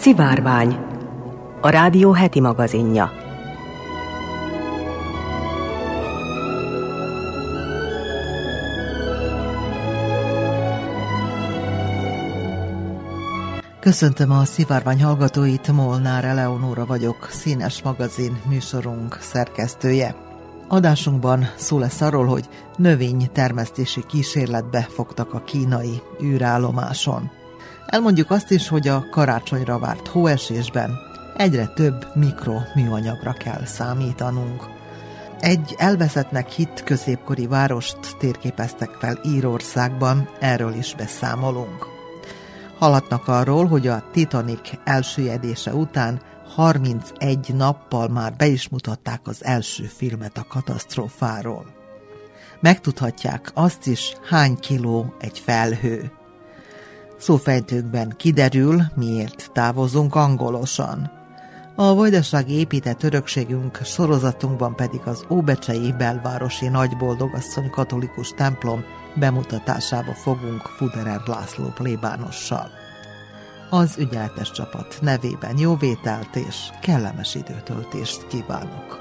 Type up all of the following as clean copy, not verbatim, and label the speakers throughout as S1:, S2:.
S1: Szivárvány, a rádió heti magazinja.
S2: Köszöntöm a Szivárvány hallgatóit, Molnár Eleonóra vagyok, Színes magazin műsorunk szerkesztője. Adásunkban szó lesz arról, hogy növénytermesztési kísérletbe fogtak a kínai űrállomáson. Elmondjuk azt is, hogy a karácsonyra várt hóesésben egyre több mikroműanyagra kell számítanunk. Egy elveszettnek hitt középkori várost térképeztek fel Írországban, erről is beszámolunk. Hallhatnak arról, hogy a Titanic elsüllyedése után 31 nappal már be is mutatták az első filmet a katasztrófáról. Megtudhatják azt is, hány kiló egy felhő. Szófejtőkben kiderül, miért távozunk angolosan. A vajdasági épített örökségünk sorozatunkban pedig az óbecsei belvárosi Nagyboldogasszony katolikus templom bemutatásába fogunk Fuderer László plébánossal. Az ügyeletes csapat nevében jóvételt és kellemes időtöltést kívánok!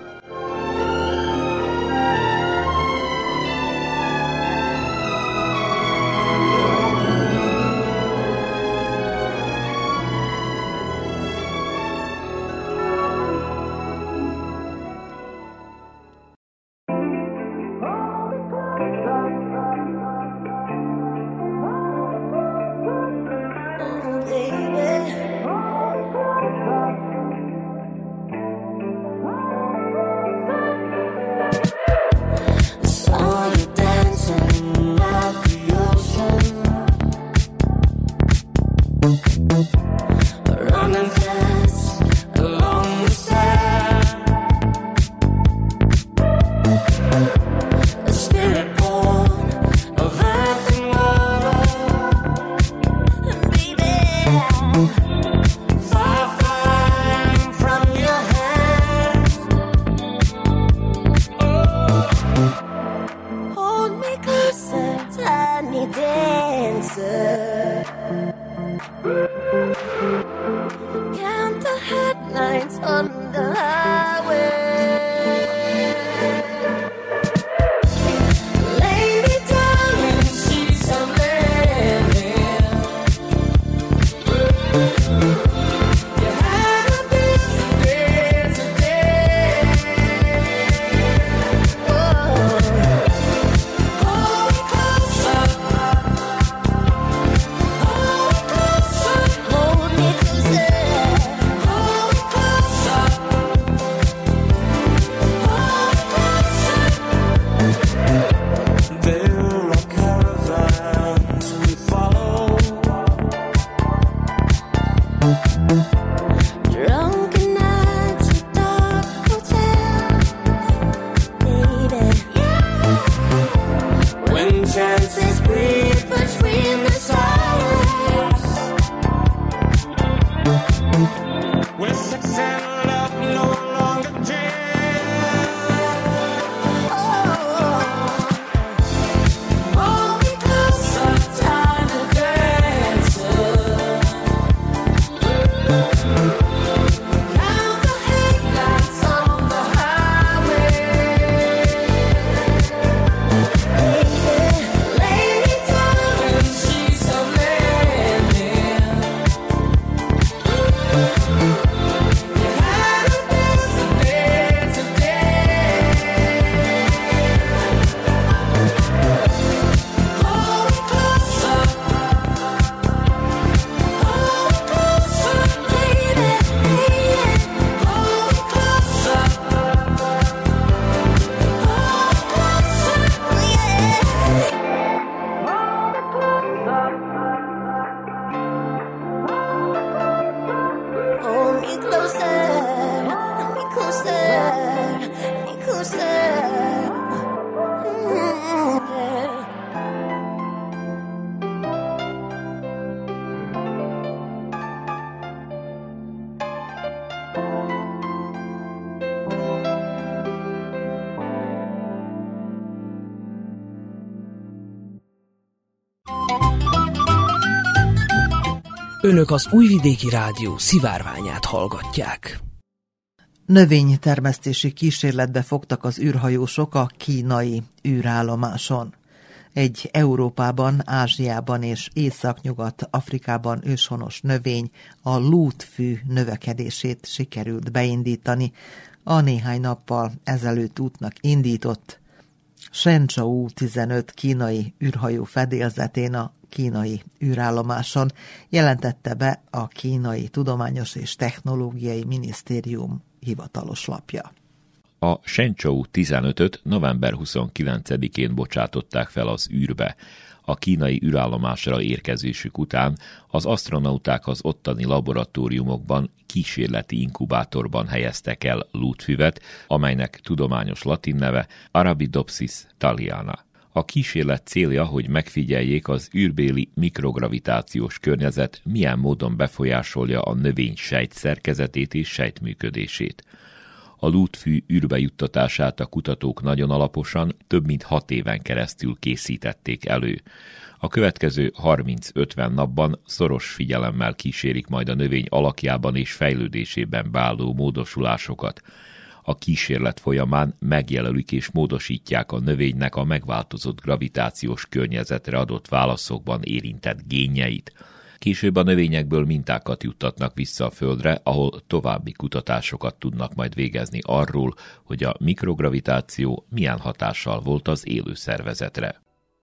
S3: Önök az Újvidéki Rádió szivárványát hallgatják.
S2: Növénytermesztési kísérletbe fogtak az űrhajósok a kínai űrállomáson. Egy Európában, Ázsiában és Észak-Nyugat-Afrikában őshonos növény, a lútfű növekedését sikerült beindítani a néhány nappal ezelőtt útnak indított Shenzhou 15 kínai űrhajó fedélzetén a kínai űrállomáson, jelentette be a Kínai Tudományos és Technológiai Minisztérium hivatalos lapja.
S4: A Shenzhou 15-öt november 29-én bocsátották fel az űrbe. A kínai űrállomásra érkezésük után az asztronauták az ottani laboratóriumokban, kísérleti inkubátorban helyeztek el lútfüvet, amelynek tudományos latin neve Arabidopsis thaliana. A kísérlet célja, hogy megfigyeljék az űrbéli mikrogravitációs környezet milyen módon befolyásolja a növény sejtszerkezetét és sejtműködését. A lútfű űrbe juttatását a kutatók nagyon alaposan, több mint 6 éven keresztül készítették elő. A következő 30-50 napban szoros figyelemmel kísérik majd a növény alakjában és fejlődésében beálló módosulásokat. A kísérlet folyamán megjelölik és módosítják a növénynek a megváltozott gravitációs környezetre adott válaszokban érintett génjeit. Később a növényekből mintákat juttatnak vissza a Földre, ahol további kutatásokat tudnak majd végezni arról, hogy a mikrogravitáció milyen hatással volt az élő szervezetre.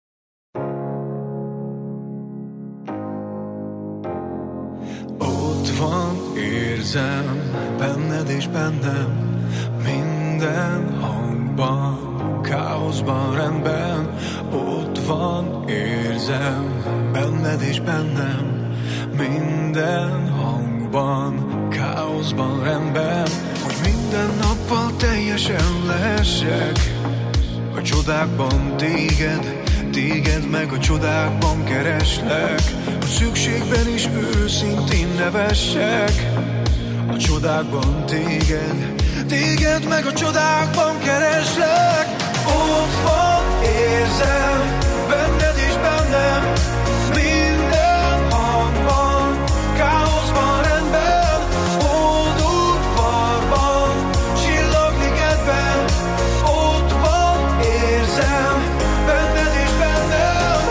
S5: Ott van, érzem, benned és bennem, minden hangban, káoszban, rendben. Ott van, érzem, benned és bennem, minden hangban, káoszban, rendben. Hogy minden nappal teljesen lehessek a csodákban téged meg a csodákban kereslek. Hogy szükségben is őszintén nevessek a csodákban téged meg a csodákban kereslek. Ott van, érzem, benned és bennem, minden hangban, káoszban, rendben, oldudvarban, csillagligedben. Ott van, érzem, benned és bennem.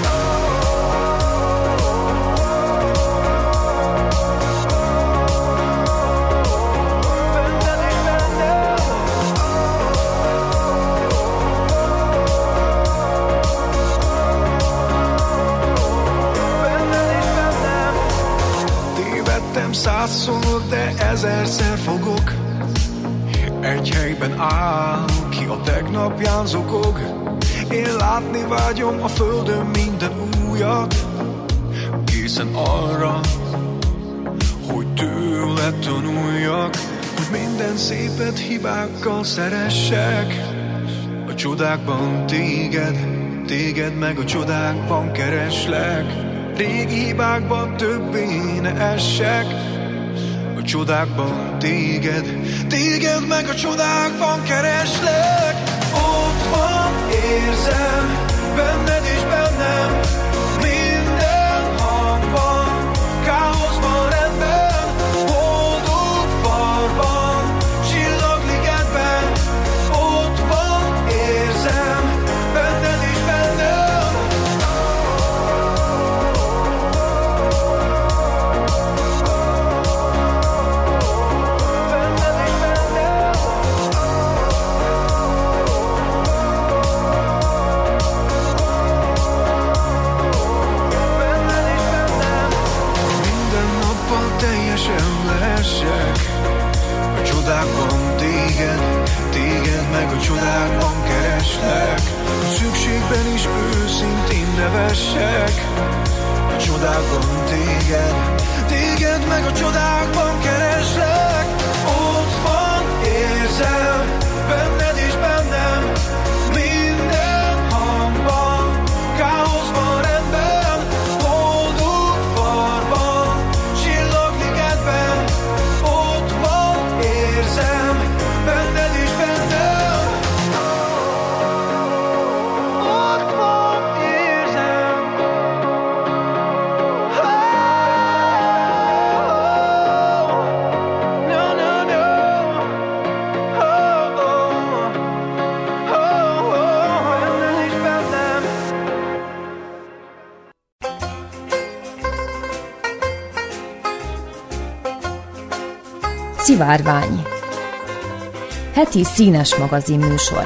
S5: Benned és bennem. Tévedtem 100-szor, de 1000-szer fogok. Egy helyben áll ki a tegnapján zokog. Én látni vágyom a földön minden újat, készen arra, hogy tőle tanuljak, hogy minden szépet hibákkal szeressek. A csodákban téged meg a csodákban kereslek. Régi hibákban többé ne essek. A csodákban téged meg a csodákban kereslek. Ott van, érzem, benned és bennem, minden hangban, káoszban, rendben, boldugvarban, csillagligedben. Ott van, érzem, benned és bennem. A csodákban téged meg a csodákban kereslek. Szükségben is őszintén nevessek. A csodákban téged meg a csodákban kereslek. Ott van, érzem, benned és bennem, minden hangban, káoszban, rendben, boldugvarban, csillagligedben. Ott van, érzem, benned és bennem. Ott van, érzem.
S6: Szivárvány. Heti színes magazinműsor.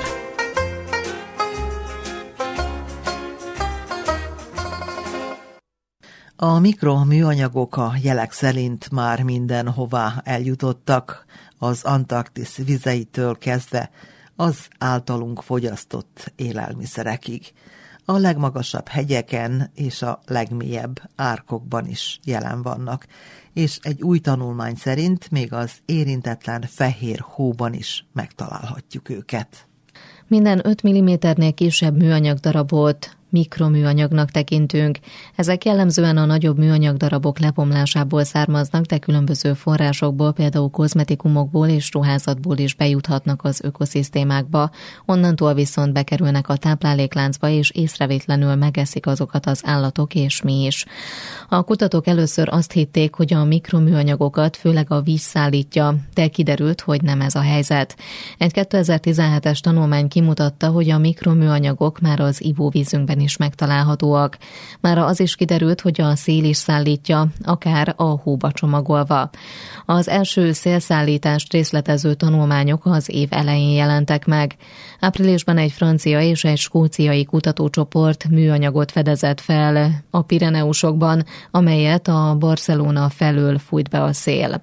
S2: A mikroműanyagok a jelek szerint már mindenhová eljutottak, az Antarktisz vizeitől kezdve az általunk fogyasztott élelmiszerekig. A legmagasabb hegyeken és a legmélyebb árkokban is jelen vannak, és egy új tanulmány szerint még az érintetlen fehér hóban is megtalálhatjuk őket.
S7: Minden 5 mm-nél kisebb műanyag darabot mikroműanyagnak tekintünk. Ezek jellemzően a nagyobb műanyagdarabok lebomlásából származnak, de különböző forrásokból, például kozmetikumokból és ruházatból is bejuthatnak az ökoszisztémákba. Onnantól viszont bekerülnek a táplálékláncba, és észrevétlenül megeszik azokat az állatok és mi is. A kutatók először azt hitték, hogy a mikroműanyagokat főleg a víz szállítja, de kiderült, hogy nem ez a helyzet. Egy 2017-es tanulmány kimutatta, hogy a mikroműanyagok már az ivóvízünkben is megtalálhatóak. Mára az is kiderült, hogy a szél is szállítja, akár a hóba csomagolva. Az első szélszállítást részletező tanulmányok az év elején jelentek meg. Áprilisban egy francia és egy skóciai kutatócsoport műanyagot fedezett fel a Pireneusokban, amelyet a Barcelona felől fújt be a szél.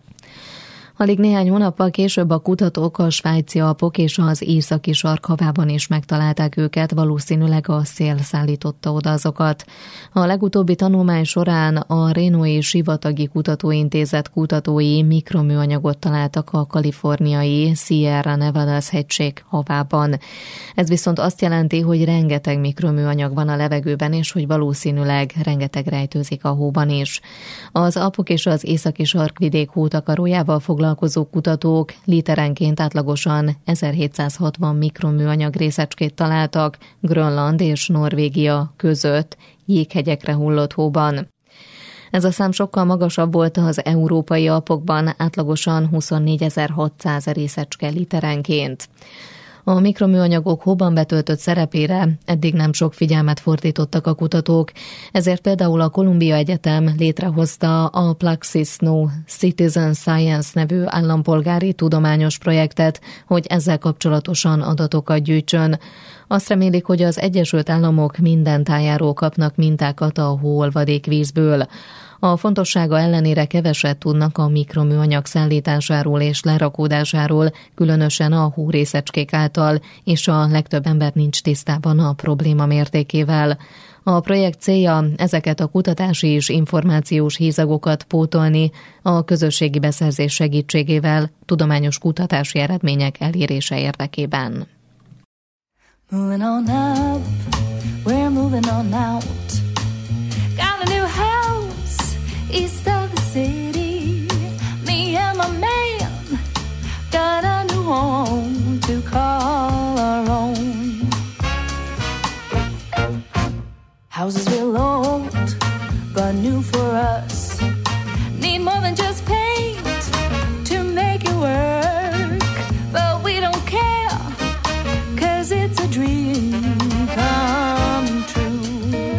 S7: Alig néhány hónappal később a kutatók a svájci Alpok és az északi sarkhavában is megtalálták őket, valószínűleg a szél szállította oda azokat. A legutóbbi tanulmány során a Renoi Sivatagi Kutatóintézet kutatói mikroműanyagot találtak a kaliforniai Sierra Nevadas hegység havában. Ez viszont azt jelenti, hogy rengeteg mikroműanyag van a levegőben, és hogy valószínűleg rengeteg rejtőzik a hóban is. Az Alpok és az északi sarkvidék hótakarójával foglalkozó kutatók literenként átlagosan 1760 mikroműanyag részecskét találtak Grönland és Norvégia között jéghegyekre hullott hóban. Ez a szám sokkal magasabb volt az európai Alpokban, átlagosan 24.600 részecske literenként. A mikroműanyagok hóban betöltött szerepére eddig nem sok figyelmet fordítottak a kutatók, ezért például a Columbia Egyetem létrehozta a Plaxis No Citizen Science nevű állampolgári tudományos projektet, hogy ezzel kapcsolatosan adatokat gyűjtsön. Azt remélik, hogy az Egyesült Államok minden tájáról kapnak mintákat a hóolvadék vízből. A fontossága ellenére keveset tudnak a mikroműanyag szállításáról és lerakódásáról, különösen a hórészecskék által, és a legtöbb ember nincs tisztában a probléma mértékével. A projekt célja ezeket a kutatási és információs hézagokat pótolni a közösségi beszerzés segítségével tudományos kutatási eredmények elérése érdekében.
S8: Moving on up, we're moving on out. Got a new house east of the city. Me and my man got a new home to call our own. Houses real old, but new for us. Need more than just paint to make it work, but we don't care, 'cause it's a dream come true.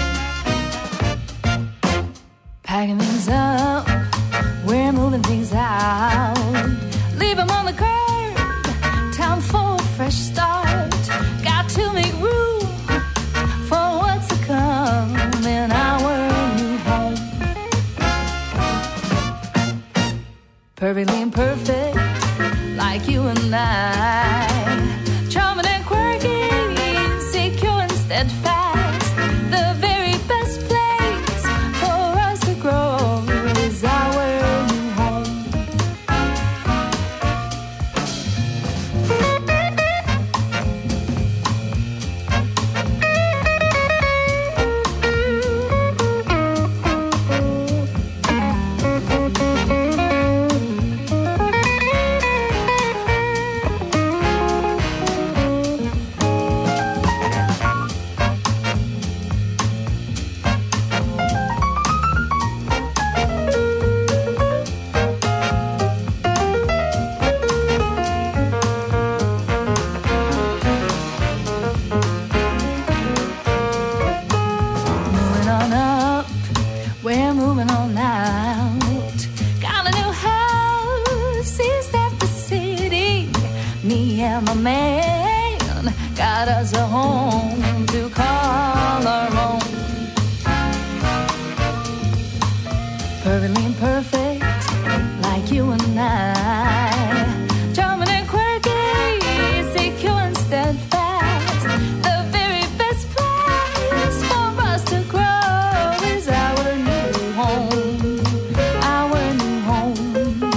S8: Packing things up, we're moving things out. Leave them on the curb, time for a fresh start. Got to make room for what's to come in our new home. Perfectly imperfect, like you and I. Charming and quirky, secure and steadfast. The very best place for us to grow is our new home. Me and my man got us a home to call our own. Perfectly imperfect, like you and I. Charming and quirky, secure and steadfast. The very best place for us to grow is our new home, our new home.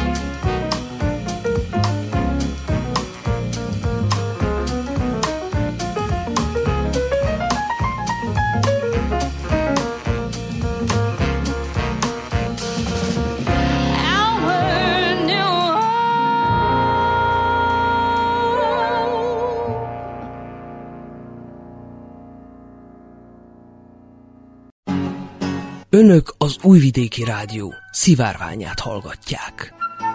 S3: Önök az Újvidéki Rádió szivárványát hallgatják.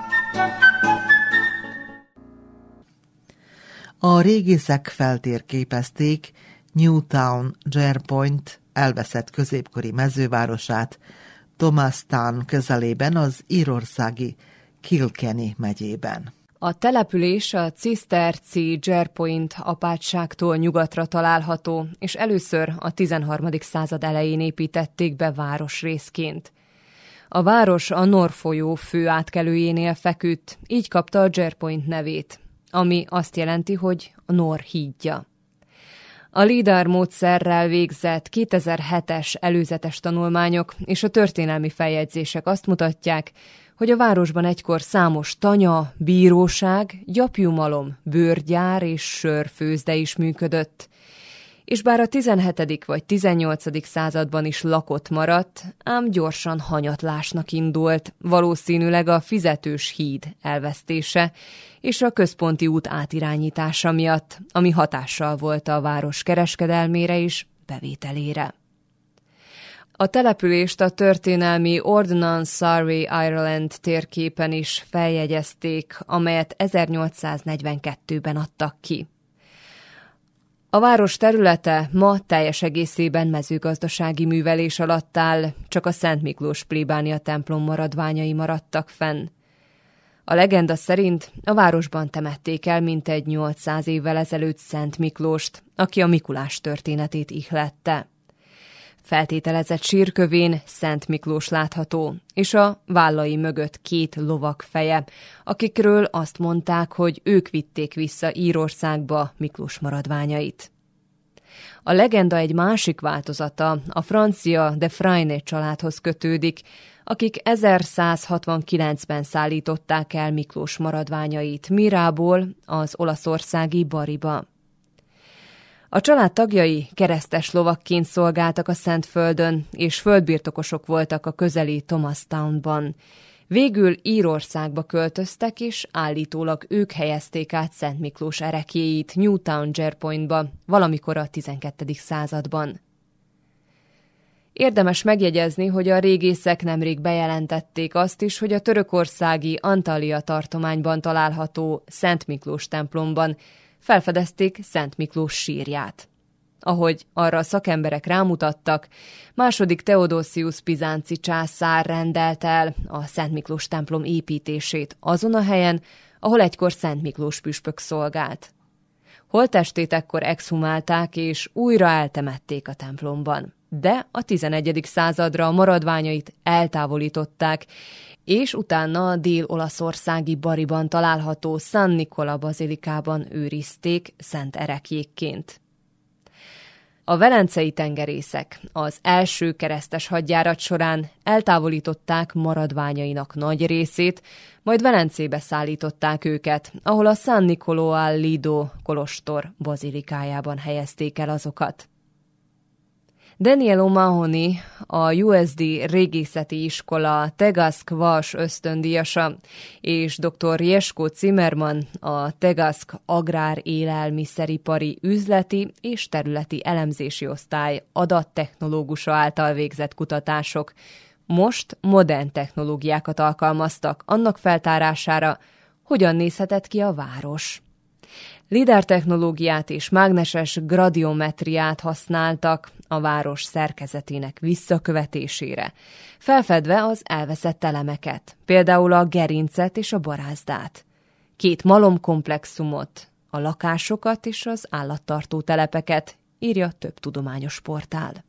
S2: A régészek feltérképezték Newtown Jerpoint elveszett középkori mezővárosát Thomastown közelében az írországi Kilkenny megyében.
S9: A település a ciszterci Jerpoint apátságtól nyugatra található, és először a 13. század elején építették be városrészként. A város a Nor folyó fő átkelőjénél feküdt, így kapta a Jerpoint nevét, ami azt jelenti, hogy a Nor hídja. A LIDAR módszerrel végzett 2007-es előzetes tanulmányok és a történelmi feljegyzések azt mutatják, hogy a városban egykor számos tanya, bíróság, gyapjúmalom, bőrgyár és sörfőzde is működött. És bár a 17. vagy 18. században is lakott maradt, ám gyorsan hanyatlásnak indult, valószínűleg a fizetős híd elvesztése és a központi út átirányítása miatt, ami hatással volt a város kereskedelmére és bevételére. A települést a történelmi Ordnance Survey Ireland térképen is feljegyezték, amelyet 1842-ben adtak ki. A város területe ma teljes egészében mezőgazdasági művelés alatt áll, csak a Szent Miklós plébánia templom maradványai maradtak fenn. A legenda szerint a városban temették el mintegy 800 évvel ezelőtt Szent Miklóst, aki a Mikulás történetét ihlette. Feltételezett sírkövén Szent Miklós látható, és a vállai mögött 2 lovak feje, akikről azt mondták, hogy ők vitték vissza Írországba Miklós maradványait. A legenda egy másik változata a francia de Freyne családhoz kötődik, akik 1169-ben szállították el Miklós maradványait Mirából az olaszországi Bariba. A család tagjai keresztes lovakként szolgáltak a Szentföldön, és földbirtokosok voltak a közeli Thomastownban. Végül Írországba költöztek, és állítólag ők helyezték át Szent Miklós ereklyéit Newtown Jerpointba, valamikor a 12. században. Érdemes megjegyezni, hogy a régészek nemrég bejelentették azt is, hogy a törökországi Antalya tartományban található Szent Miklós templomban felfedezték Szent Miklós sírját. Ahogy arra a szakemberek rámutattak, II. Theodosius bizánci császár rendelt el a Szent Miklós templom építését azon a helyen, ahol egykor Szent Miklós püspök szolgált. Holttestét ekkor exhumálták és újra eltemették a templomban. De a 11. századra a maradványait eltávolították, és utána a dél-olaszországi Bariban található San Nicola bazilikában őrizték szent ereklyékként. A velencei tengerészek az első keresztes hadjárat során eltávolították maradványainak nagy részét, majd Velencébe szállították őket, ahol a San Niccolò al Lido kolostor bazilikájában helyezték el azokat. Daniel O'Mahony, a USD régészeti iskola Tegask vas ösztöndíjasa, és dr. Jesko Zimmermann, a Tegask agrár-élelmiszeripari üzleti és területi elemzési osztály adattechnológusa által végzett kutatások most modern technológiákat alkalmaztak annak feltárására, hogyan nézhetett ki a város. LIDAR technológiát és mágneses gradiometriát használtak a város szerkezetének visszakövetésére, felfedve az elveszett elemeket, például a gerincet és a barázdát. 2 malomkomplexumot, a lakásokat és az állattartó telepeket, írja több tudományos portál.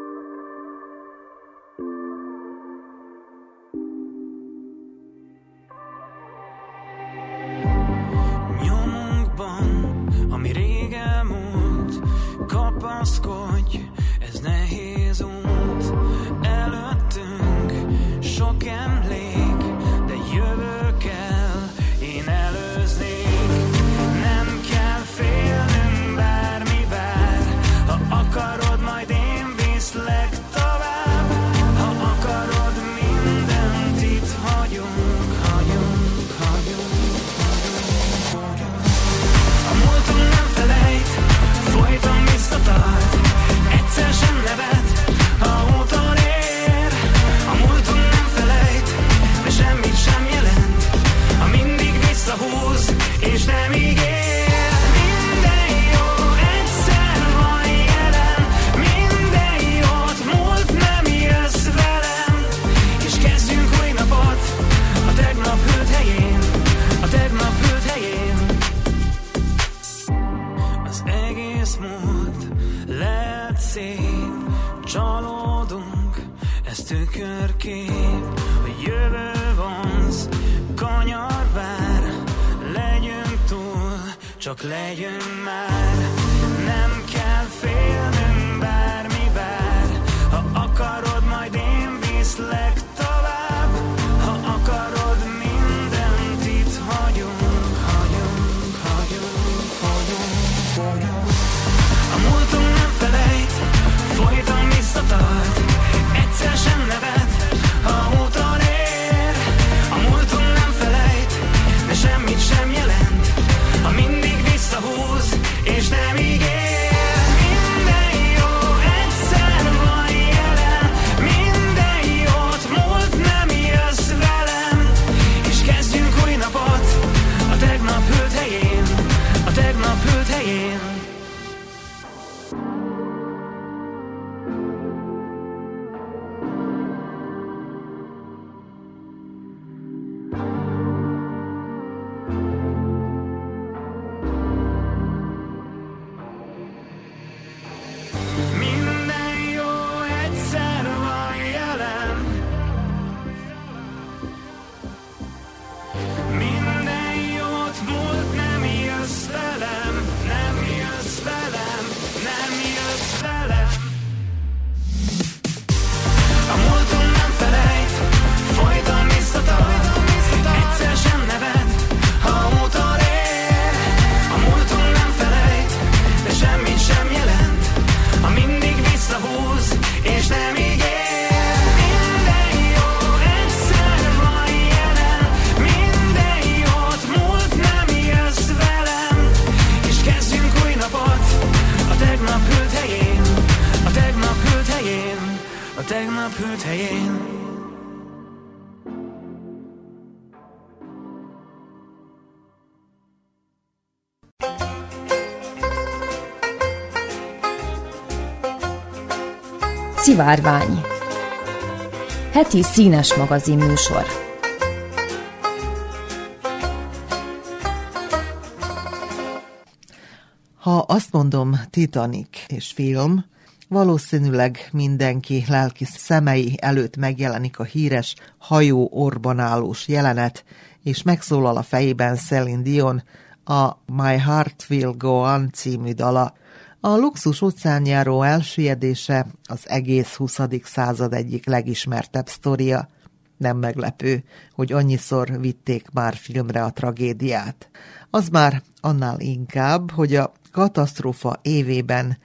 S5: Ami rég elmúlt, kapaszkodj, ez nehéz út. Előttünk sok emlék, de jövő kell, én előznék. Nem kell félnünk, bármi vár, ha akarod, majd én viszlek tovább. Ha akarod, mindent itt hagyunk. A múltunk nem felejt, folyton visszatart, egyszer sem nevet, ha utolér. A múltunk nem felejt, de semmit sem jelent, ha mindig visszahúz, és nem ígér. Minden jó egyszer van jelen, minden jót múlt nem jössz velem. És kezdjünk új napot, a tegnap hűlt helyén, a tegnap hűlt helyén. Az egész múlt lehet szép, csalódunk, ez tükörkép. A jövő vonz, kanyar vár, legyünk túl, csak legyünk már. Nem kell félnünk, bármi vár, ha akarod, majd én viszlek tovább. Ha akarod, mindent itt hagyunk. A múltunk nem felejt, folyton visszatart, egyszer sem nevet, ha utolér. A múltunk nem felejt, de semmit sem jelent, ha mindig visszahúz, és nem ígér. Minden jó egyszer van jelen, minden jót múlt nem jössz velem. És kezdjünk új napot, a tegnap hűlt helyén, a tegnap hűlt helyén. Minden jó egyszer van jelen, minden jót múlt nem jössz velem, nem jössz velem, nem jössz velem. A múltunk nem felejt, folyton visszatart, egyszer sem nevet, ha utolér. A múltunk nem felejt, de semmit sem jelent, ha mindig visszahúz, és nem ígér. Minden jó egyszer van jelen, minden jót múlt nem jössz velem. És kezdjünk új napot, a tegnap hűlt helyén, a tegnap hűlt helyén, a tegnap hűlt helyén.
S6: Szivárvány. Heti színes magazin műsor.
S2: Ha azt mondom Titanic és film, valószínűleg mindenki lelki szemei előtt megjelenik a híres hajó orban állós jelenet, és megszólal a fejében Celine Dion a My Heart Will Go On című dala. A luxus óceánjáró elsüllyedése az egész 20. század egyik legismertebb sztoria. Nem meglepő, hogy annyiszor vitték már filmre a tragédiát. Az már annál inkább, hogy a katasztrófa évében,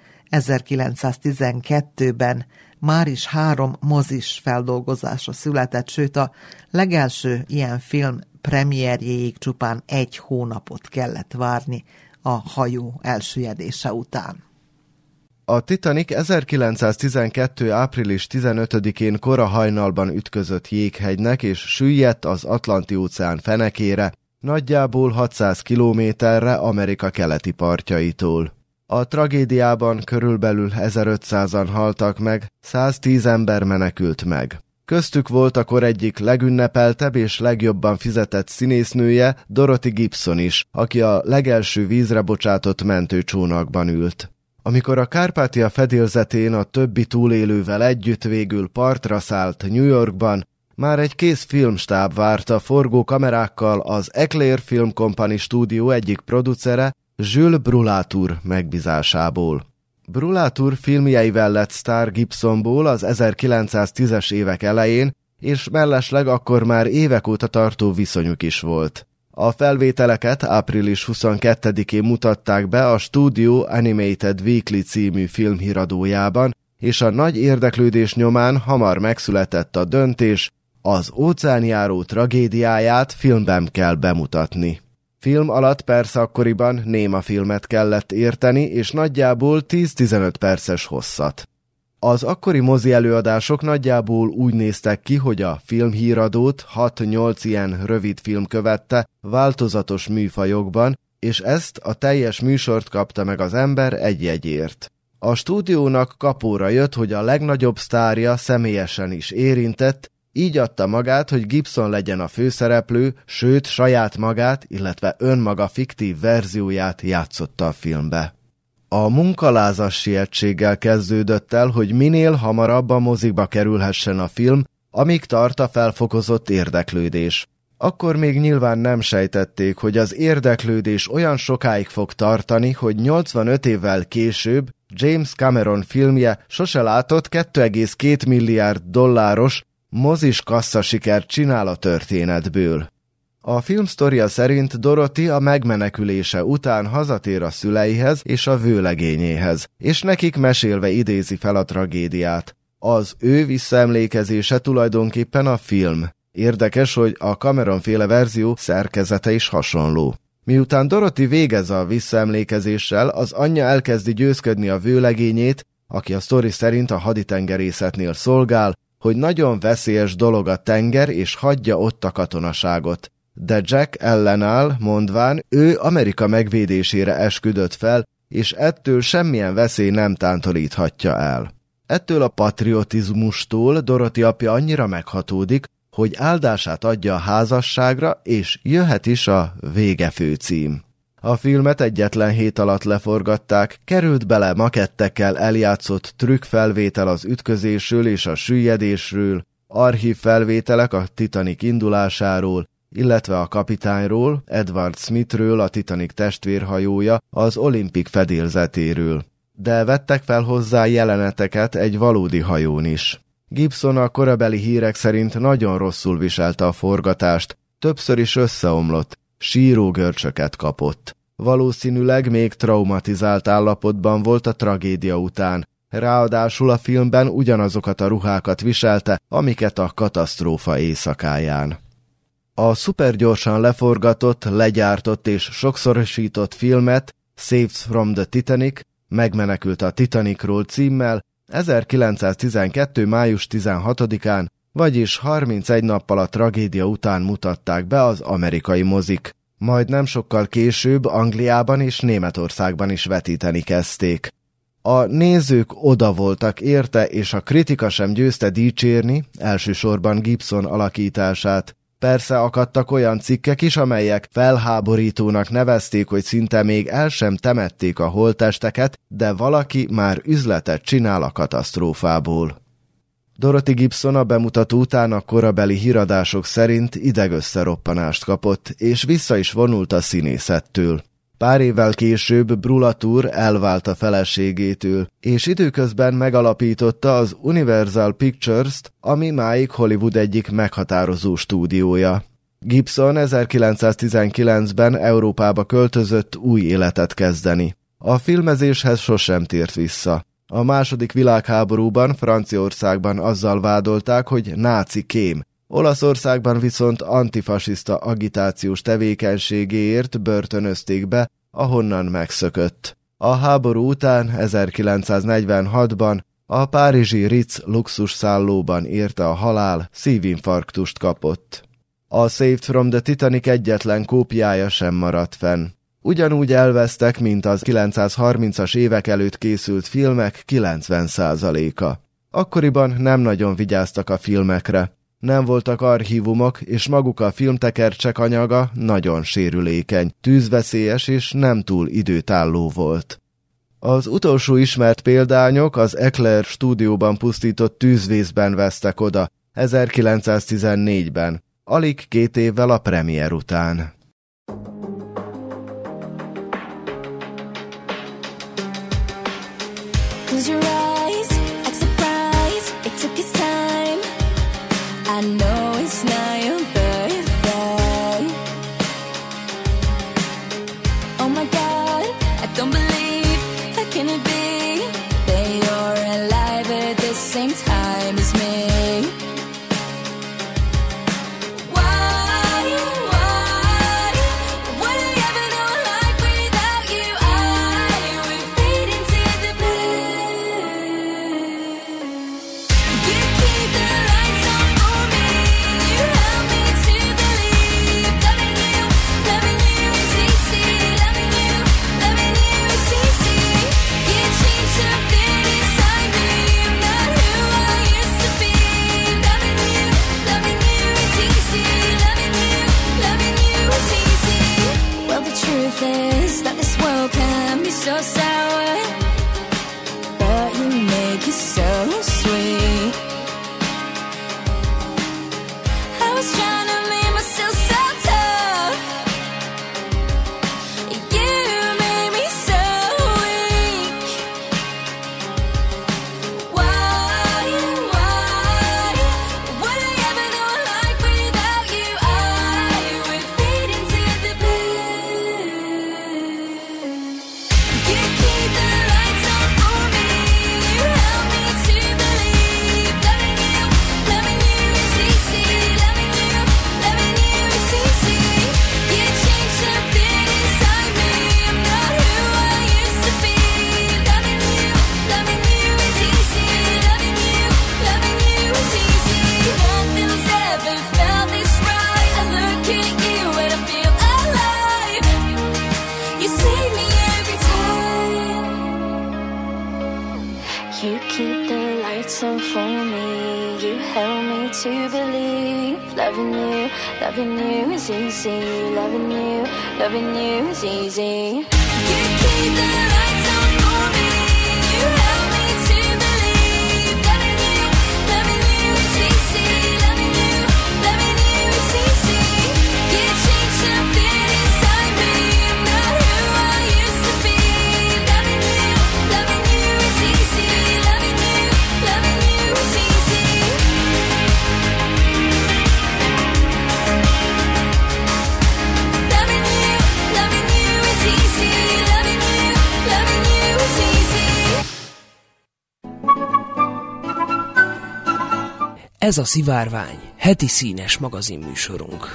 S2: 1912-ben már is 3 mozis feldolgozása született, sőt a legelső ilyen film premierjéig csupán 1 hónapot kellett várni a hajó elsüllyedése után.
S10: A Titanic 1912. április 15-én kora hajnalban ütközött jéghegynek és süllyedt az Atlanti-óceán fenekére, nagyjából 600 kilométerre Amerika keleti partjaitól. A tragédiában körülbelül 1500-an haltak meg, 110 ember menekült meg. Köztük volt a kor egyik legünnepeltebb és legjobban fizetett színésznője, Dorothy Gibson is, aki a legelső vízre bocsátott mentőcsónakban ült. Amikor a Kárpátia fedélzetén a többi túlélővel együtt végül partra szállt New Yorkban, már egy kész filmstáb várta forgókamerákkal az Eclair Film Company stúdió egyik producere, Jules Brulatour megbízásából. Brulatour filmjeivel lett sztár Gibsonból az 1910-es évek elején, és mellesleg akkor már évek óta tartó viszonyuk is volt. A felvételeket április 22-én mutatták be a Studio Animated Weekly című filmhíradójában, és a nagy érdeklődés nyomán hamar megszületett a döntés, az óceánjáró tragédiáját filmben kell bemutatni. Film alatt persze akkoriban néma filmet kellett érteni, és nagyjából 10-15 perces hosszat. Az akkori mozi előadások nagyjából úgy néztek ki, hogy a filmhíradót 6-8 ilyen rövid film követte, változatos műfajokban, és ezt a teljes műsort kapta meg az ember egy jegyért. A stúdiónak kapóra jött, hogy a legnagyobb sztárja személyesen is érintett, így adta magát, hogy Gibson legyen a főszereplő, sőt saját magát, illetve önmaga fiktív verzióját játszotta a filmbe. A munka lázas sietséggel kezdődött el, hogy minél hamarabb a mozikba kerülhessen a film, amíg tart a felfokozott érdeklődés. Akkor még nyilván nem sejtették, hogy az érdeklődés olyan sokáig fog tartani, hogy 85 évvel később James Cameron filmje sose látott $2,2 milliárd mozis kasszasikert csinál a történetből. A film sztoria szerint Dorothy a megmenekülése után hazatér a szüleihez és a vőlegényéhez, és nekik mesélve idézi fel a tragédiát. Az ő visszaemlékezése tulajdonképpen a film. Érdekes, hogy a Cameron-féle verzió szerkezete is hasonló. Miután Dorothy végez a visszaemlékezéssel, az anyja elkezdi győzködni a vőlegényét, aki a sztori szerint a haditengerészetnél szolgál, hogy nagyon veszélyes dolog a tenger, és hagyja ott a katonaságot. De Jack ellenáll, mondván, ő Amerika megvédésére esküdött fel, és ettől semmilyen veszély nem tántoríthatja el. Ettől a patriotizmustól Dorothy apja annyira meghatódik, hogy áldását adja a házasságra, és jöhet is a Vége főcím. A filmet egyetlen hét alatt leforgatták, került bele makettekkel eljátszott trükkfelvétel az ütközésről és a süllyedésről, archív felvételek a Titanic indulásáról, illetve a kapitányról, Edward Smithről, a Titanic testvérhajója, az Olympic fedélzetéről. De vettek fel hozzá jeleneteket egy valódi hajón is. Gibson a korabeli hírek szerint nagyon rosszul viselte a forgatást, többször is összeomlott, sírógörcsöket kapott. Valószínűleg még traumatizált állapotban volt a tragédia után, ráadásul a filmben ugyanazokat a ruhákat viselte, amiket a katasztrófa éjszakáján. A szupergyorsan leforgatott, legyártott és sokszorosított filmet Saved from the Titanic, Megmenekült a Titanicról címmel 1912. május 16-án, vagyis 31 nappal a tragédia után mutatták be az amerikai mozik. Majd nem sokkal később Angliában és Németországban is vetíteni kezdték. A nézők oda voltak érte, és a kritika sem győzte dicsérni, elsősorban Gibson alakítását. Persze akadtak olyan cikkek is, amelyek felháborítónak nevezték, hogy szinte még el sem temették a holttesteket, de valaki már üzletet csinál a katasztrófából. Dorothy Gibson a bemutató után a korabeli híradások szerint idegösszeroppanást kapott, és vissza is vonult a színészettől. Pár évvel később Brulatour elvált a feleségétől, és időközben megalapította az Universal Pictures-t, ami máig Hollywood egyik meghatározó stúdiója. Gibson 1919-ben Európába költözött új életet kezdeni. A filmezéshez sosem tért vissza. A második világháborúban Franciaországban azzal vádolták, hogy náci kém. Olaszországban viszont antifasiszta agitációs tevékenységéért börtönözték be, ahonnan megszökött. A háború után 1946-ban a párizsi Ritz luxusszállóban érte a halál, szívinfarktust kapott. A Saved from the Titanic egyetlen kópiája sem maradt fenn. Ugyanúgy elvesztek, mint az 1930-as évek előtt készült filmek 90%-a. Akkoriban nem nagyon vigyáztak a filmekre. Nem voltak archívumok, és maguk a filmtekercsek anyaga nagyon sérülékeny, tűzveszélyes és nem túl időtálló volt. Az utolsó ismert példányok az Eclair stúdióban pusztított tűzvészben vesztek oda, 1914-ben, alig 2 évvel a premier után.
S8: Loving you is easy. You keep the lights on for me. You help me to believe. Loving you is easy. Loving you is easy. You change something inside me. I'm not who I used to be. Loving you is easy. Loving you is easy.
S3: Ez a Szivárvány, heti színes magazinműsorunk.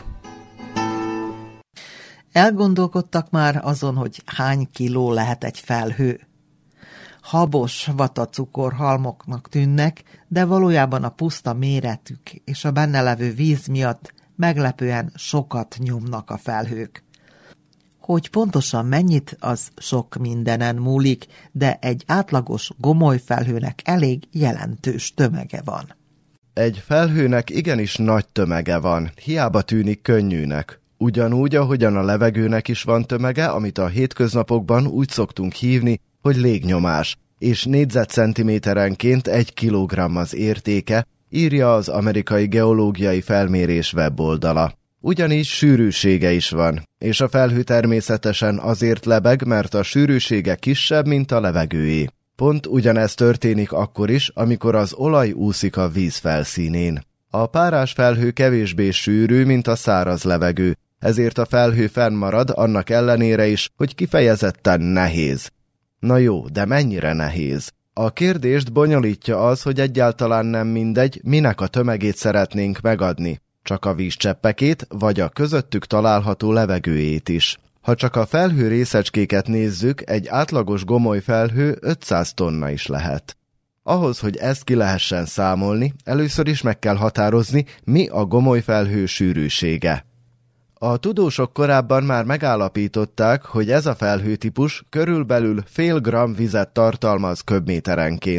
S2: Elgondolkodtak már azon, hogy hány kiló lehet egy felhő? Habos vatacukorhalmoknak tűnnek, de valójában a puszta méretük és a benne levő víz miatt meglepően sokat nyomnak a felhők. Hogy pontosan mennyit, az sok mindenen múlik, de egy átlagos gomolyfelhőnek elég jelentős tömege van.
S10: Egy felhőnek igenis nagy tömege van, hiába tűnik könnyűnek. Ugyanúgy, ahogyan a levegőnek is van tömege, amit a hétköznapokban úgy szoktunk hívni, hogy légnyomás, és négyzetcentiméterenként 1 kilogramm az értéke, írja az Amerikai Geológiai Felmérés weboldala. Ugyanígy sűrűsége is van, és a felhő természetesen azért lebeg, mert a sűrűsége kisebb, mint a levegőé. Pont ugyanez történik akkor is, amikor az olaj úszik a víz felszínén. A párás felhő kevésbé sűrű, mint a száraz levegő, ezért a felhő fennmarad annak ellenére is, hogy kifejezetten nehéz. Na jó, de mennyire nehéz? A kérdést bonyolítja az, hogy egyáltalán nem mindegy, minek a tömegét szeretnénk megadni. Csak a vízcseppekét, vagy a közöttük található levegőjét is. Ha csak a felhő részecskéket nézzük, egy átlagos gomolyfelhő 500 tonna is lehet. Ahhoz, hogy ezt ki lehessen számolni, először is meg kell határozni, mi a gomolyfelhő sűrűsége. A tudósok korábban már megállapították, hogy ez a felhőtípus körülbelül fél gramm vizet tartalmaz köbméterenként.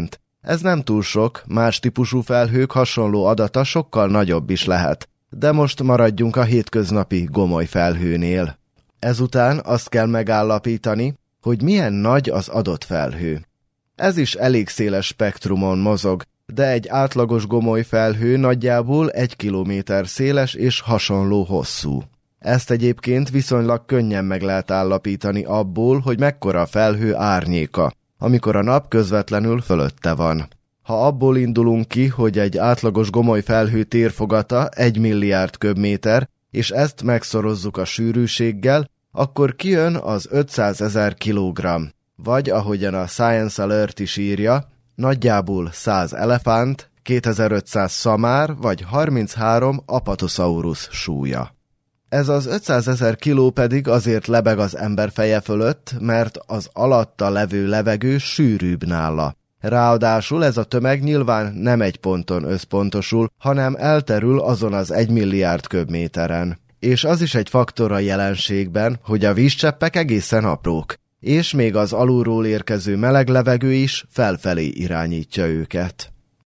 S10: Ez nem túl sok, más típusú felhők hasonló adata sokkal nagyobb is lehet, de most maradjunk a hétköznapi gomoly felhőnél. Ezután azt kell megállapítani, hogy milyen nagy az adott felhő. Ez is elég széles spektrumon mozog, de egy átlagos gomoly felhő nagyjából 1 kilométer széles és hasonló hosszú. Ezt egyébként viszonylag könnyen meg lehet állapítani abból, hogy mekkora a felhő árnyéka, amikor a nap közvetlenül fölötte van. Ha abból indulunk ki, hogy egy átlagos gomoly felhő térfogata 1 milliárd köbméter, és ezt megszorozzuk a sűrűséggel, akkor kijön az 500 000 kilogramm, vagy ahogyan a Science Alert is írja, nagyjából 100 elefánt, 2500 szamár vagy 33 apatosaurus súlya. Ez az 500 000 kiló pedig azért lebeg az ember feje fölött, mert az alatta levő levegő sűrűbb nála. Ráadásul ez a tömeg nyilván nem egy ponton összpontosul, hanem elterül azon az 1 milliárd köbméteren. És az is egy faktor a jelenségben, hogy a vízcseppek egészen aprók, és még az alulról érkező meleg levegő is felfelé irányítja őket.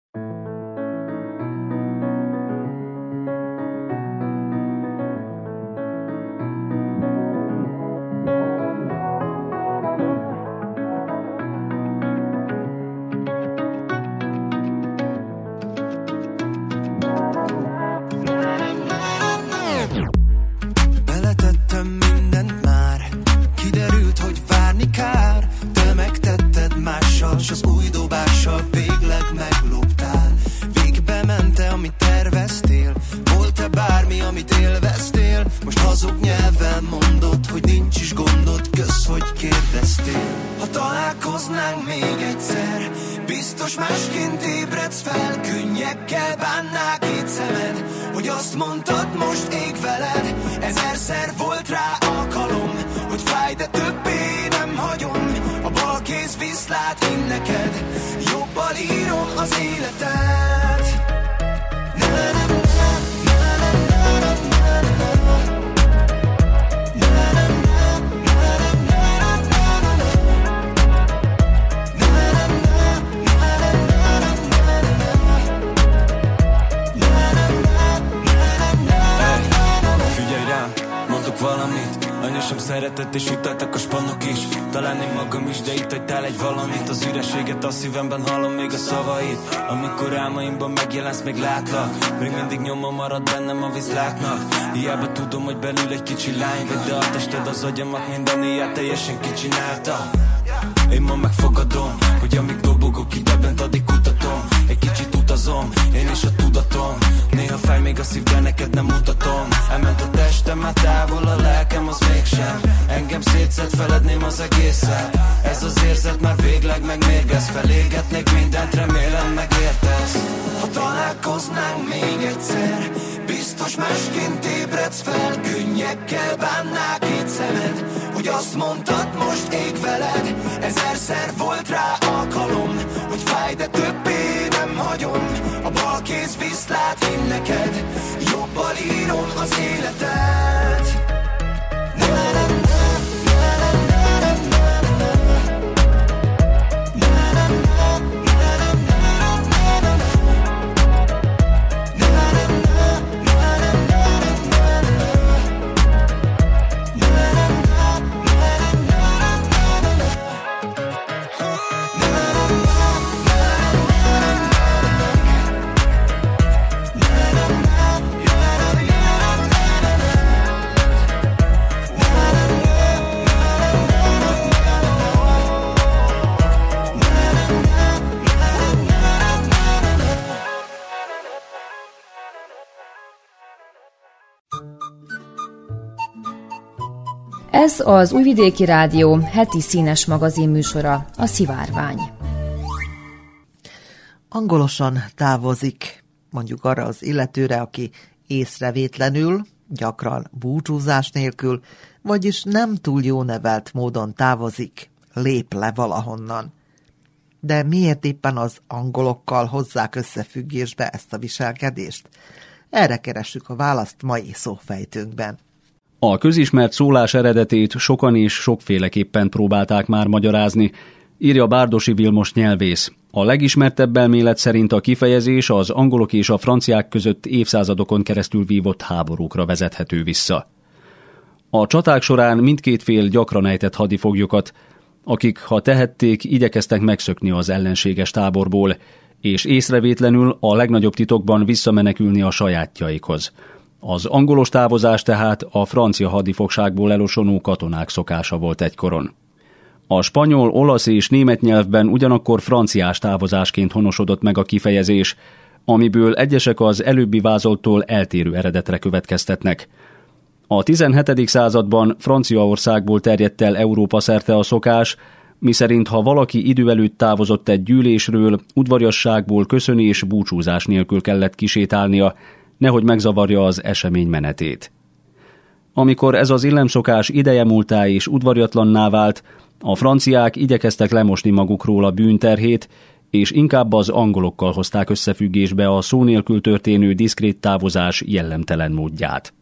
S11: Szeretett és utaltak a spanok is. Talán én magam is, de itt hagytál egy valamit. Az ürességet a szívemben hallom még a szavait. Amikor álmaimban megjelensz, még látlak. Még mindig nyoma marad bennem a vízláknak. Hiába tudom, hogy belül egy kicsi lány vagy, de a tested az agyamat minden éjjel teljesen kicsinálta. Én ma megfogadom, hogy amíg dobogok ide bent, addig kutatom. Egy kicsit utazom, én is a tudatom. Néha fáj még a szív, de neked nem mutatom. Elment a testem, már távol a lelkem, az mégsem. Engem szétszed, feledném az egészet. Ez az érzet már végleg megmérgez. Felégetnék mindent, remélem megértesz.
S5: Ha találkoznánk még egyszer, biztos másként ébredsz fel. Könnyekkel bánnál két szemed, hogy azt mondtad, most ég veled. Ezerszer volt rá alkalom, hogy fáj, de többé nem hagyom. A bal kéz viszlát én neked, jobbal írom az életet.
S6: Ez az Újvidéki Rádió heti színes magazin műsora, a Szivárvány.
S2: Angolosan távozik, mondjuk arra az illetőre, aki észrevétlenül, gyakran búcsúzás nélkül, vagyis nem túl jó nevelt módon távozik, lép le valahonnan. De miért éppen az angolokkal hozzák összefüggésbe ezt a viselkedést? Erre keressük a választ mai szófejtőnkben.
S12: A közismert szólás eredetét sokan és sokféleképpen próbálták már magyarázni, írja Bárdossy Vilmos nyelvész. A legismertebb elmélet szerint a kifejezés az angolok és a franciák között évszázadokon keresztül vívott háborúkra vezethető vissza. A csaták során mindkét fél gyakran ejtett hadifoglyokat, akik, ha tehették, igyekeztek megszökni az ellenséges táborból, és észrevétlenül a legnagyobb titokban visszamenekülni a sajátjaikhoz. Az angolos távozás tehát a francia hadifogságból elosonó katonák szokása volt egykoron. A spanyol, olasz és német nyelvben ugyanakkor franciás távozásként honosodott meg a kifejezés, amiből egyesek az előbbi vázolttól eltérő eredetre következtetnek. A 17. században Franciaországból terjedt el Európa szerte a szokás, miszerint ha valaki idő előtt távozott egy gyűlésről, udvariasságból köszönés, búcsúzás nélkül kellett kisétálnia, nehogy megzavarja az esemény menetét. Amikor ez az illemszokás ideje múltá és udvariatlanná vált, a franciák igyekeztek lemosni magukról a bűnterhét, és inkább az angolokkal hozták összefüggésbe a szó nélkül történő diszkrét távozás jellemtelen módját.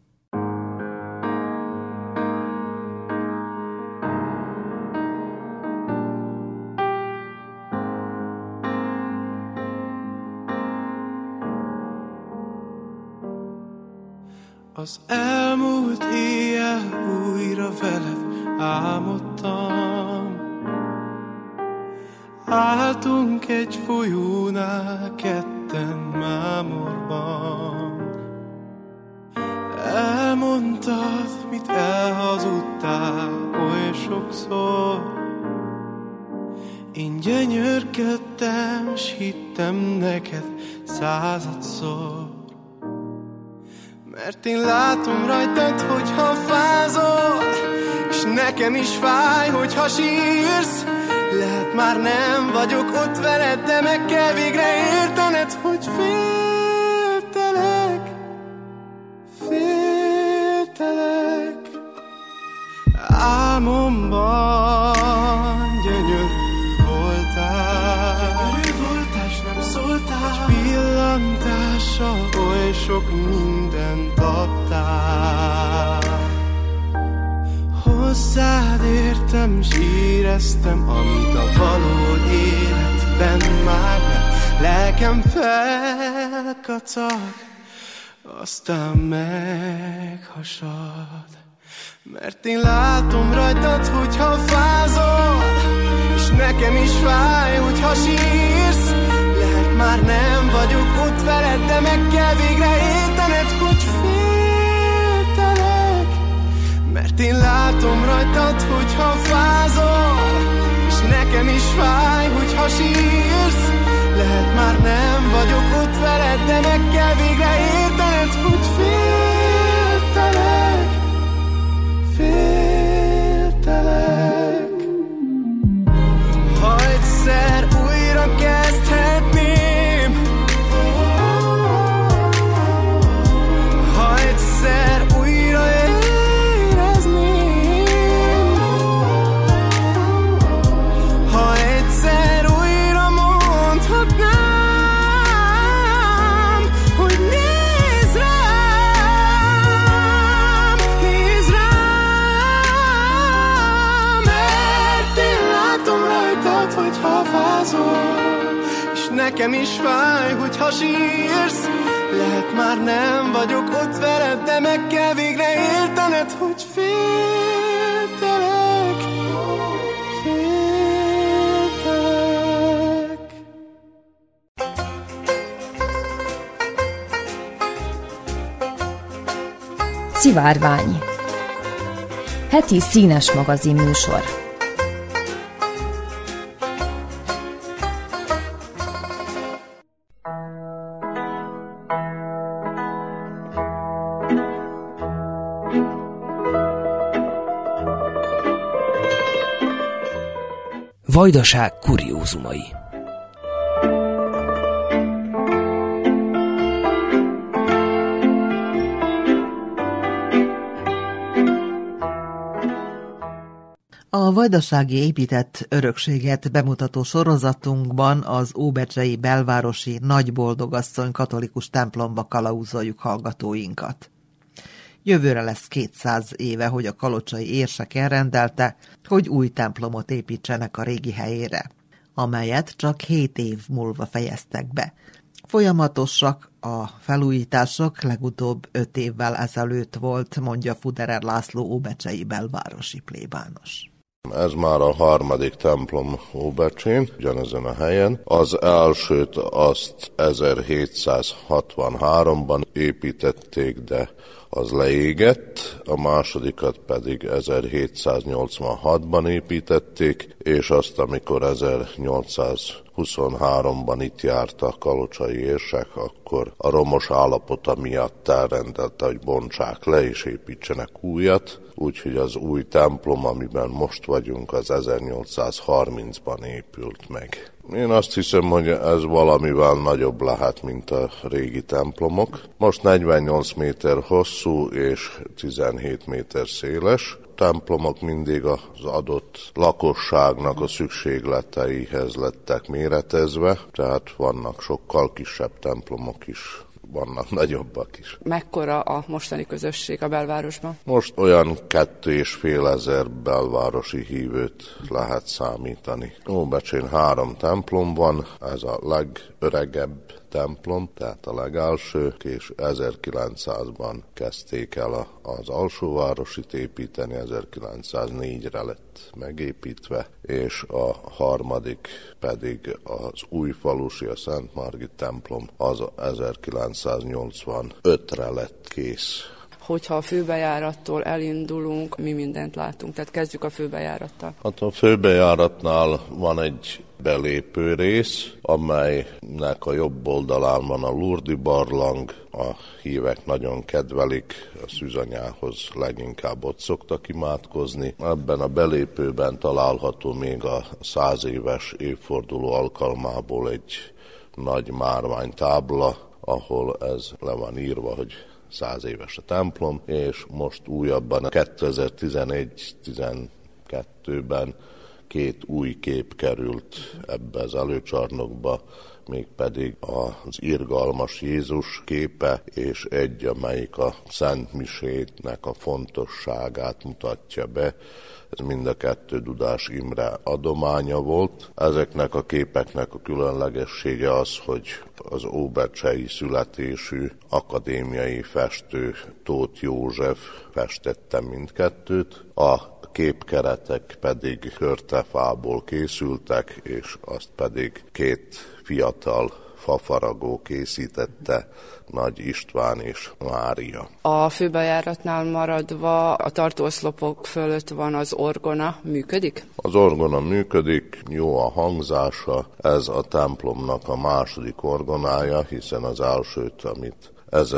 S5: Az elmúlt éjjel újra veled álmodtam. Álltunk egy folyónál ketten mámorban. Elmondtad, mit elhazudtál oly sokszor. Én gyönyörködtem, s hittem neked századszor. Mert én látom rajtad, hogyha fázol, és nekem is fáj, hogyha sírsz. Lehet már nem vagyok ott veled, de meg kell végre értened, hogy féltelek. Álmomban gyönyörű voltál, s nem szóltál. Egy pillantással oly sok mindent adtál. Hozzád értem, s éreztem, amit a való életben már nem. Lelkem felkacag, aztán meghasad. Mert én látom rajtad, hogyha fázol, és nekem is fáj, hogyha sírsz. Lehet már nem vagyok ott veled, de meg kell végre értened, hogy féltelek. Mert én látom rajtad, hogyha fázol, és nekem is fáj, hogyha sírsz. Lehet már nem vagyok ott veled, de meg kell végre értened, hogy féltelek. Ha egyszer újra kezdhetném, ha egyszer újra érezném, ha egyszer újra mondhatnám, hogy nézz rám, mert én látom rajtad, hogyha fázol, és nekem is fáj, hogyha sírsz. Lehet már nem vagyok ott veled, de meg kell végre értened, hogy féltelek.
S6: Szivárvány. Heti színes magazin műsor.
S3: Vajdaság kuriózumai.
S2: A vajdasági épített örökséget bemutató sorozatunkban az óbecsei belvárosi Nagyboldogasszony katolikus templomba kalauzoljuk hallgatóinkat. Jövőre lesz 200 éve, hogy a kalocsai érsek elrendelte, hogy új templomot építsenek a régi helyére. amelyet csak 7 év múlva fejeztek be. Folyamatosak a felújítások, legutóbb 5 évvel ezelőtt volt, mondja Fuderer László óbecsei belvárosi plébános.
S13: Ez már a 3. templom Óbecsén, ugyanezen a helyen. Az elsőt azt 1763-ban építették, de az leégett, a másodikat pedig 1786-ban építették, és azt, amikor 1823-ban itt járt a kalocsai érsek, akkor a romos állapota miatt elrendelte, hogy bontsák le és építsenek újat, úgyhogy az új templom, amiben most vagyunk, az 1830-ban épült meg. Én azt hiszem, hogy ez valamivel nagyobb lehet, mint a régi templomok. Most 48 méter hosszú és 17 méter széles. Templomok mindig az adott lakosságnak a szükségleteihez lettek méretezve, tehát vannak sokkal kisebb templomok is, vannak nagyobbak is.
S14: Mekkora a mostani közösség a belvárosban?
S13: Most olyan 2500 belvárosi hívőt lehet számítani. Óbecsén 3 templom van, ez a legöregebb templom, tehát a legelső, és 1900-ban kezdték el az alsóvárosit építeni, 1904-re lett megépítve, és a harmadik pedig az újfalusi, a Szent Margit templom, az 1985-re lett kész.
S14: Hogyha a főbejárattól elindulunk, mi mindent látunk, tehát kezdjük a főbejárattal.
S13: Hát a főbejáratnál van egy belépő rész, amelynek a jobb oldalán van a Lurdi barlang. A hívek nagyon kedvelik, a szűzanyához leginkább ott szoktak imádkozni. Ebben a belépőben található még a 100 éves évforduló alkalmából egy nagy márványtábla, ahol ez le van írva, hogy 100 éves a templom, és most újabban 2011-12-ben 2 új kép került ebbe az előcsarnokba, mégpedig az irgalmas Jézus képe, és egy, amelyik a Szent Misének a fontosságát mutatja be. Ez mind a 2 Dudás Imre adománya volt. Ezeknek a képeknek a különlegessége az, hogy az óbecsei születésű akadémiai festő Tóth József festette mindkettőt. A képkeretek pedig körtefából készültek, és azt pedig 2 fiatal fafaragó készítette, Nagy István és Mária.
S14: A főbejáratnál maradva a tartóoszlopok fölött van az orgona, működik?
S13: Az orgona működik, jó a hangzása, ez a templomnak a második orgonája, hiszen az elsőt, amit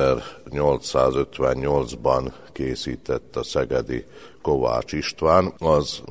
S13: 1858-ban készített a szegedi Kovács István, az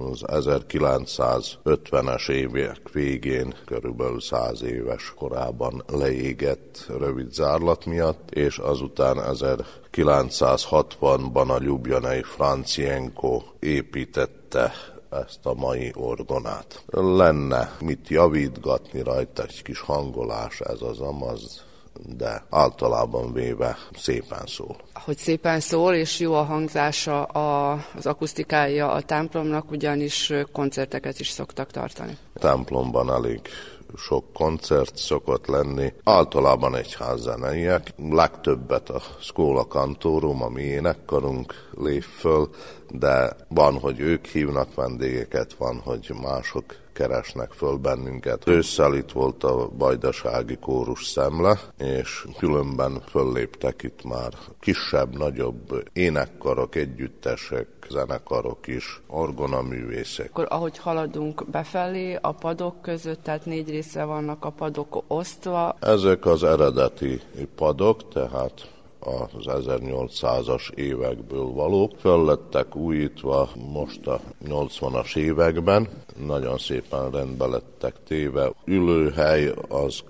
S13: 1950-es évek végén, körülbelül 100 éves korában leégett rövid zárlat miatt, és azután 1960-ban a ljubljanai Francienko építette ezt a mai orgonát. Lenne mit javítgatni rajta, egy kis hangolás, ez az amaz, de általában véve szépen szól.
S14: Hogy szépen szól, és jó a hangzása, az akusztikája a templomnak, ugyanis koncerteket is szoktak tartani.
S13: A templomban elég sok koncert szokott lenni, általában egyházzeneiek, legtöbbet a Schola Cantorum, a mi énekkarunk lép föl, de van, hogy ők hívnak vendégeket, van, hogy mások keresnek föl bennünket. Ősszel itt volt a vajdasági kórus Szemle, és különben fölléptek itt már kisebb, nagyobb énekkarok, együttesek, zenekarok is, orgonaművészek.
S14: Akkor ahogy haladunk befelé, a padok között, tehát 4 részre vannak a padok osztva.
S13: Ezek az eredeti padok, tehát az 1800-as évekből valók. Föl lettek újítva most a 80-as években, nagyon szépen rendbe lettek téve. Ülőhely az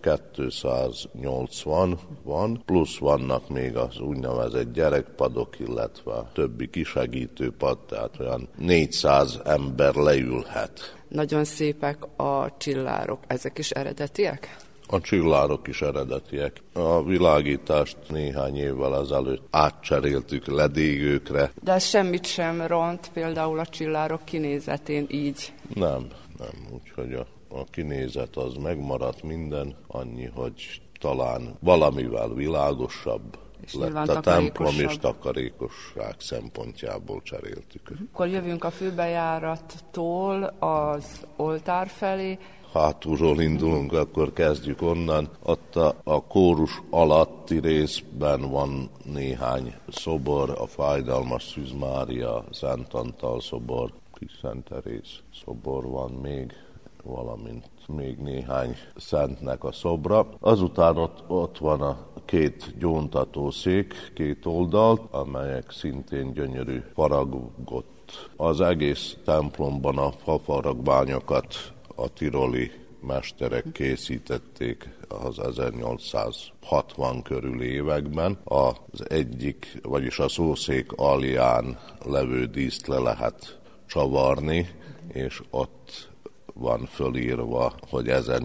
S13: 280 van, plusz vannak még az úgynevezett gyerekpadok, illetve a többi kisegítőpad, tehát olyan 400 ember leülhet.
S14: Nagyon szépek a csillárok, ezek is eredetiek?
S13: A csillárok is eredetiek. A világítást néhány évvel ezelőtt átcseréltük ledégőkre.
S14: De ez semmit sem ront, például a csillárok kinézetén így?
S13: Nem, úgyhogy a A kinézet az megmaradt minden, annyi, hogy talán valamivel világosabb és lett a templom, és takarékosság szempontjából cseréltük.
S14: Akkor jövünk a főbejárattól az oltár felé.
S13: Hátulról indulunk, akkor kezdjük onnan. Ott a kórus alatti részben van néhány szobor, a Fájdalmas Szűz Mária, Szent Antal szobor, Kis Szent Teréz szobor van még, valamint még néhány szentnek a szobra. Azután ott van a két gyóntatószék, két oldalt, amelyek szintén gyönyörű faragott. Az egész templomban a fafaragványokat a tiroli mesterek készítették az 1860 körül években. Az egyik, vagyis a szószék alján levő díszt le lehet csavarni, és ott van fölírva, hogy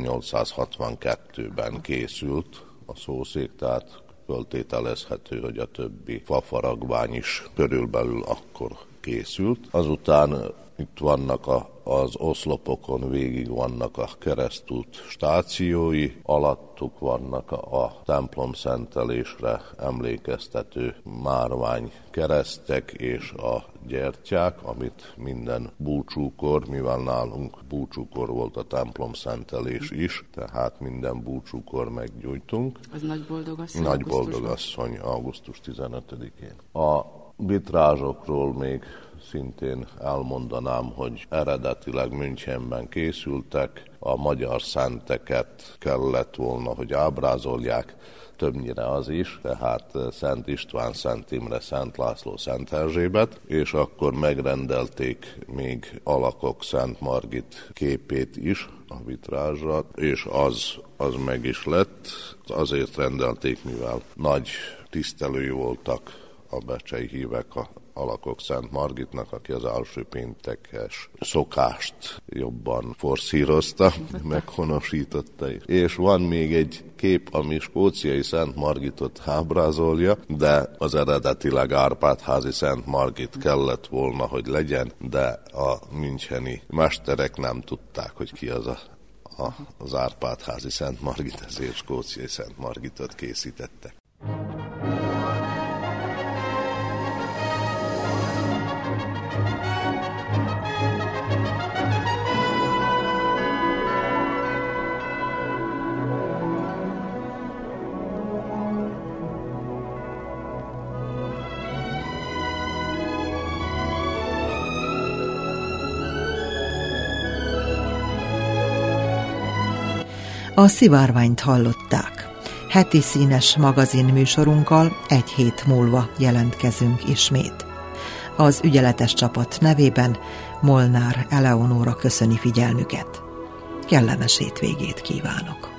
S13: 1862-ben készült a szószék, tehát föltételezhető, hogy a többi fafaragvány is körülbelül akkor készült. Azután itt vannak az oszlopokon végig vannak a keresztút stációi, alattuk vannak a templom szentelésre emlékeztető márvány keresztek és a gyertyák, amit minden búcsúkor, mivel nálunk búcsúkor volt a templom szentelés is, tehát minden búcsúkor meggyújtunk.
S14: Az Nagy Boldogasszony?
S13: Nagy Boldogasszony, augusztus 15-én. A vitrázsokról még szintén elmondanám, hogy eredetileg Münchenben készültek, a magyar szenteket kellett volna, hogy ábrázolják, többnyire az is, tehát Szent István, Szent Imre, Szent László, Szent Erzsébet, és akkor megrendelték még Alakok Szent Margit képét is a vitrázsra, és az meg is lett. Azért rendelték, mivel nagy tisztelői voltak a becsei hívek a Alakok Szent Margitnak, aki az első péntekes szokást jobban forszírozta, meghonosította. És van még egy kép, ami skóciai Szent Margitot ábrázolja, de az eredetileg Árpád-házi Szent Margit kellett volna, hogy legyen, de a müncheni mesterek nem tudták, hogy ki az Árpád-házi Szent Margit, ezért skóciai Szent Margitot készítettek.
S2: A Szivárványt hallották. Heti színes magazin műsorunkkal egy hét múlva jelentkezünk ismét. Az ügyeletes csapat nevében Molnár Eleonóra köszöni figyelmüket. Kellemes hétvégét kívánok!